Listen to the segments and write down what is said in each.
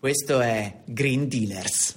Questo è Green Dealers.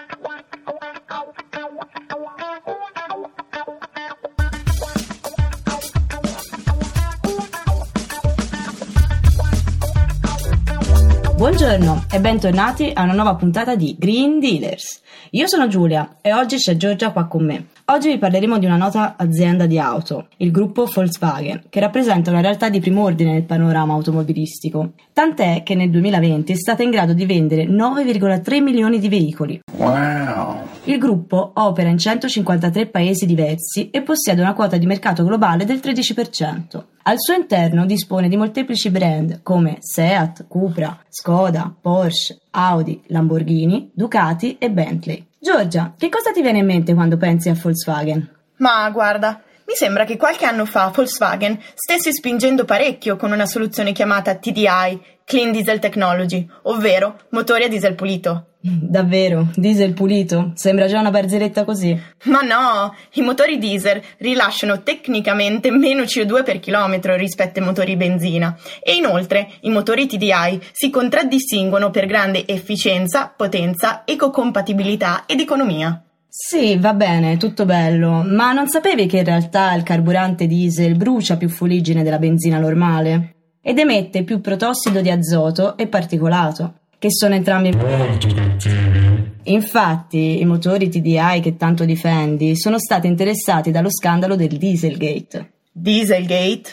Buongiorno e bentornati a una nuova puntata di Green Dealers. Io sono Giulia e oggi c'è Giorgia qua con me. Oggi vi parleremo di una nota azienda di auto, il gruppo Volkswagen, che rappresenta una realtà di primo ordine nel panorama automobilistico. Tant'è che nel 2020 è stata in grado di vendere 9,3 milioni di veicoli. Wow! Il gruppo opera in 153 paesi diversi e possiede una quota di mercato globale del 13%. Al suo interno dispone di molteplici brand come Seat, Cupra, Skoda, Porsche, Audi, Lamborghini, Ducati e Bentley. Giorgia, che cosa ti viene in mente quando pensi a Volkswagen? Ma guarda, mi sembra che qualche anno fa Volkswagen stesse spingendo parecchio con una soluzione chiamata TDI, Clean Diesel Technology, ovvero motori a diesel pulito. Davvero? Diesel pulito? Sembra già una barzelletta così. Ma no, i motori diesel rilasciano tecnicamente meno CO2 per chilometro rispetto ai motori benzina e inoltre i motori TDI si contraddistinguono per grande efficienza, potenza, ecocompatibilità ed economia. Sì, va bene, tutto bello, ma non sapevi che in realtà il carburante diesel brucia più fuliggine della benzina normale? Ed emette più protossido di azoto e particolato, che sono entrambi molto cattivi. Infatti, i motori TDI che tanto difendi sono stati interessati dallo scandalo del Dieselgate. Dieselgate?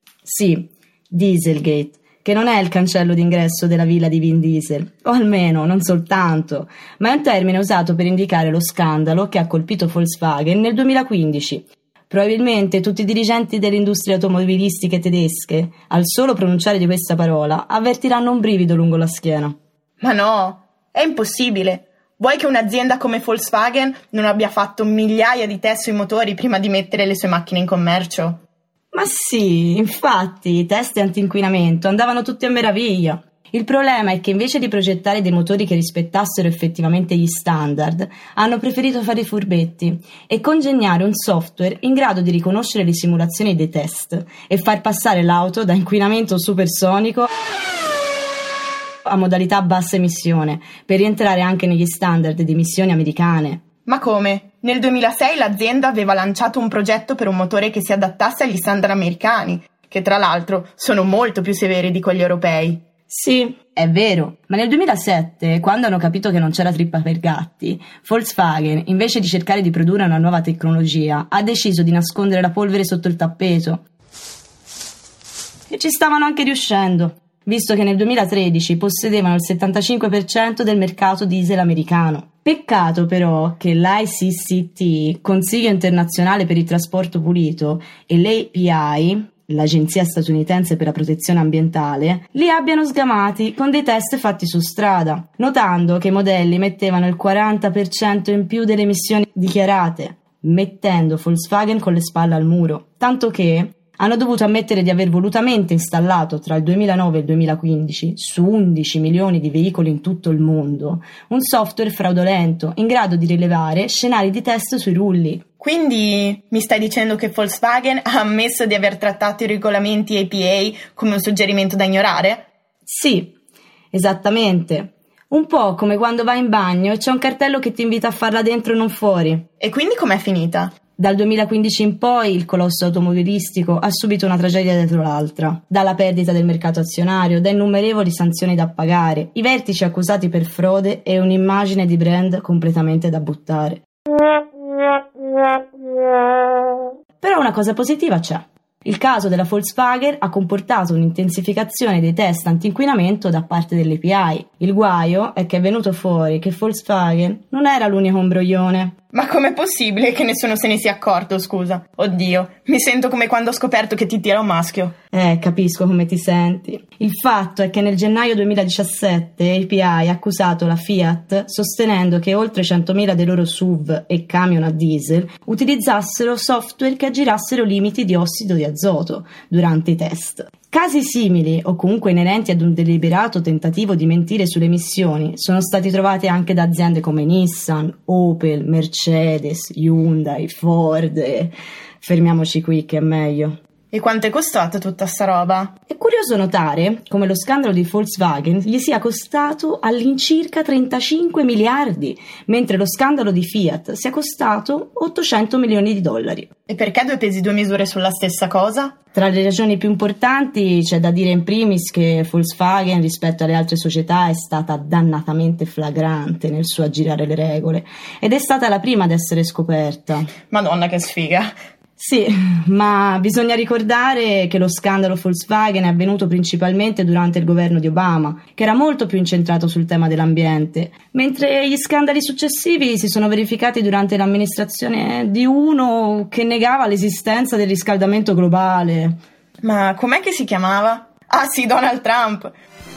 Sì, Dieselgate, che non è il cancello d'ingresso della villa di Vin Diesel, o almeno non soltanto, ma è un termine usato per indicare lo scandalo che ha colpito Volkswagen nel 2015. Probabilmente tutti i dirigenti delle industrie automobilistiche tedesche, al solo pronunciare di questa parola, avvertiranno un brivido lungo la schiena. Ma no, è impossibile. Vuoi che un'azienda come Volkswagen non abbia fatto migliaia di test sui motori prima di mettere le sue macchine in commercio? Ma sì, infatti, i test anti-inquinamento andavano tutti a meraviglia. Il problema è che invece di progettare dei motori che rispettassero effettivamente gli standard, hanno preferito fare i furbetti e congegnare un software in grado di riconoscere le simulazioni dei test e far passare l'auto da inquinamento supersonico a modalità bassa emissione, per rientrare anche negli standard di emissioni americane. Ma come? Nel 2006 l'azienda aveva lanciato un progetto per un motore che si adattasse agli standard americani, che tra l'altro sono molto più severi di quelli europei. Sì, è vero, ma nel 2007, quando hanno capito che non c'era trippa per gatti, Volkswagen, invece di cercare di produrre una nuova tecnologia, ha deciso di nascondere la polvere sotto il tappeto. E ci stavano anche riuscendo, visto che nel 2013 possedevano il 75% del mercato diesel americano. Peccato però che l'ICCT, Consiglio Internazionale per il Trasporto Pulito, e l'API, l'Agenzia Statunitense per la Protezione Ambientale, li abbiano sgamati con dei test fatti su strada, notando che i modelli mettevano il 40% in più delle emissioni dichiarate, mettendo Volkswagen con le spalle al muro, tanto che hanno dovuto ammettere di aver volutamente installato tra il 2009 e il 2015, su 11 milioni di veicoli in tutto il mondo, un software fraudolento in grado di rilevare scenari di test sui rulli. Quindi mi stai dicendo che Volkswagen ha ammesso di aver trattato i regolamenti APA come un suggerimento da ignorare? Sì, esattamente. Un po' come quando vai in bagno e c'è un cartello che ti invita a farla dentro e non fuori. E quindi com'è finita? Dal 2015 in poi il colosso automobilistico ha subito una tragedia dietro l'altra, dalla perdita del mercato azionario, da innumerevoli sanzioni da pagare, i vertici accusati per frode e un'immagine di brand completamente da buttare. Però una cosa positiva c'è. Il caso della Volkswagen ha comportato un'intensificazione dei test anti-inquinamento da parte dell'API. Il guaio è che è venuto fuori che Volkswagen non era l'unico imbroglione. Ma com'è possibile che nessuno se ne sia accorto, scusa? Oddio, mi sento come quando ho scoperto che ti tira un maschio. Capisco come ti senti. Il fatto è che nel gennaio 2017 API ha accusato la Fiat sostenendo che oltre 100.000 dei loro SUV e camion a diesel utilizzassero software che aggirassero limiti di ossido di azoto durante i test. Casi simili, o comunque inerenti ad un deliberato tentativo di mentire sulle emissioni, sono stati trovati anche da aziende come Nissan, Opel, Mercedes, Hyundai, Ford e... fermiamoci qui che è meglio. E quanto è costata tutta sta roba? È curioso notare come lo scandalo di Volkswagen gli sia costato all'incirca 35 miliardi, mentre lo scandalo di Fiat sia costato 800 milioni di dollari. E perché due pesi due misure sulla stessa cosa? Tra le ragioni più importanti c'è da dire in primis che Volkswagen rispetto alle altre società è stata dannatamente flagrante nel suo aggirare le regole ed è stata la prima ad essere scoperta. Madonna che sfiga! Sì, ma bisogna ricordare che lo scandalo Volkswagen è avvenuto principalmente durante il governo di Obama, che era molto più incentrato sul tema dell'ambiente, mentre gli scandali successivi si sono verificati durante l'amministrazione di uno che negava l'esistenza del riscaldamento globale. Ma com'è che si chiamava? Ah sì, Donald Trump!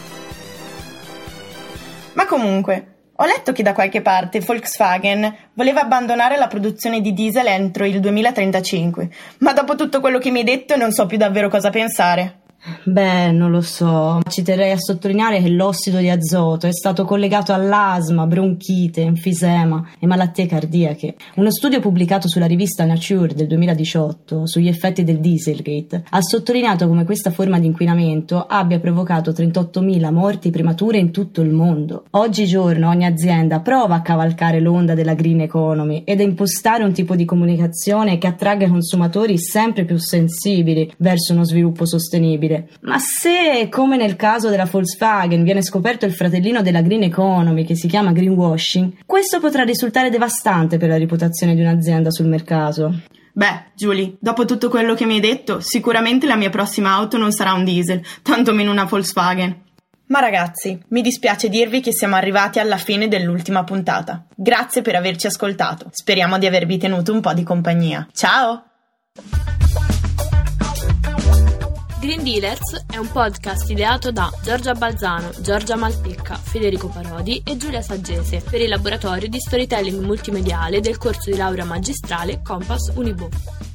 Ma comunque, ho letto che da qualche parte Volkswagen voleva abbandonare la produzione di diesel entro il 2035, ma dopo tutto quello che mi hai detto non so più davvero cosa pensare. Beh, non lo so. Ci terrei a sottolineare che l'ossido di azoto è stato collegato all'asma, bronchite, enfisema e malattie cardiache. Uno studio pubblicato sulla rivista Nature del 2018 sugli effetti del Dieselgate ha sottolineato come questa forma di inquinamento abbia provocato 38.000 morti premature in tutto il mondo. Oggigiorno ogni azienda prova a cavalcare l'onda della green economy ed a impostare un tipo di comunicazione che attragga i consumatori sempre più sensibili verso uno sviluppo sostenibile. Ma se, come nel caso della Volkswagen, viene scoperto il fratellino della green economy che si chiama greenwashing, questo potrà risultare devastante per la reputazione di un'azienda sul mercato. Beh, Julie, dopo tutto quello che mi hai detto, sicuramente la mia prossima auto non sarà un diesel, tantomeno una Volkswagen. Ma ragazzi, mi dispiace dirvi che siamo arrivati alla fine dell'ultima puntata. Grazie per averci ascoltato. Speriamo di avervi tenuto un po' di compagnia. Ciao! Green Dealers è un podcast ideato da Giorgia Balzano, Giorgia Malpicca, Federico Parodi e Giulia Saggese per il laboratorio di storytelling multimediale del corso di laurea magistrale Compass Unibo.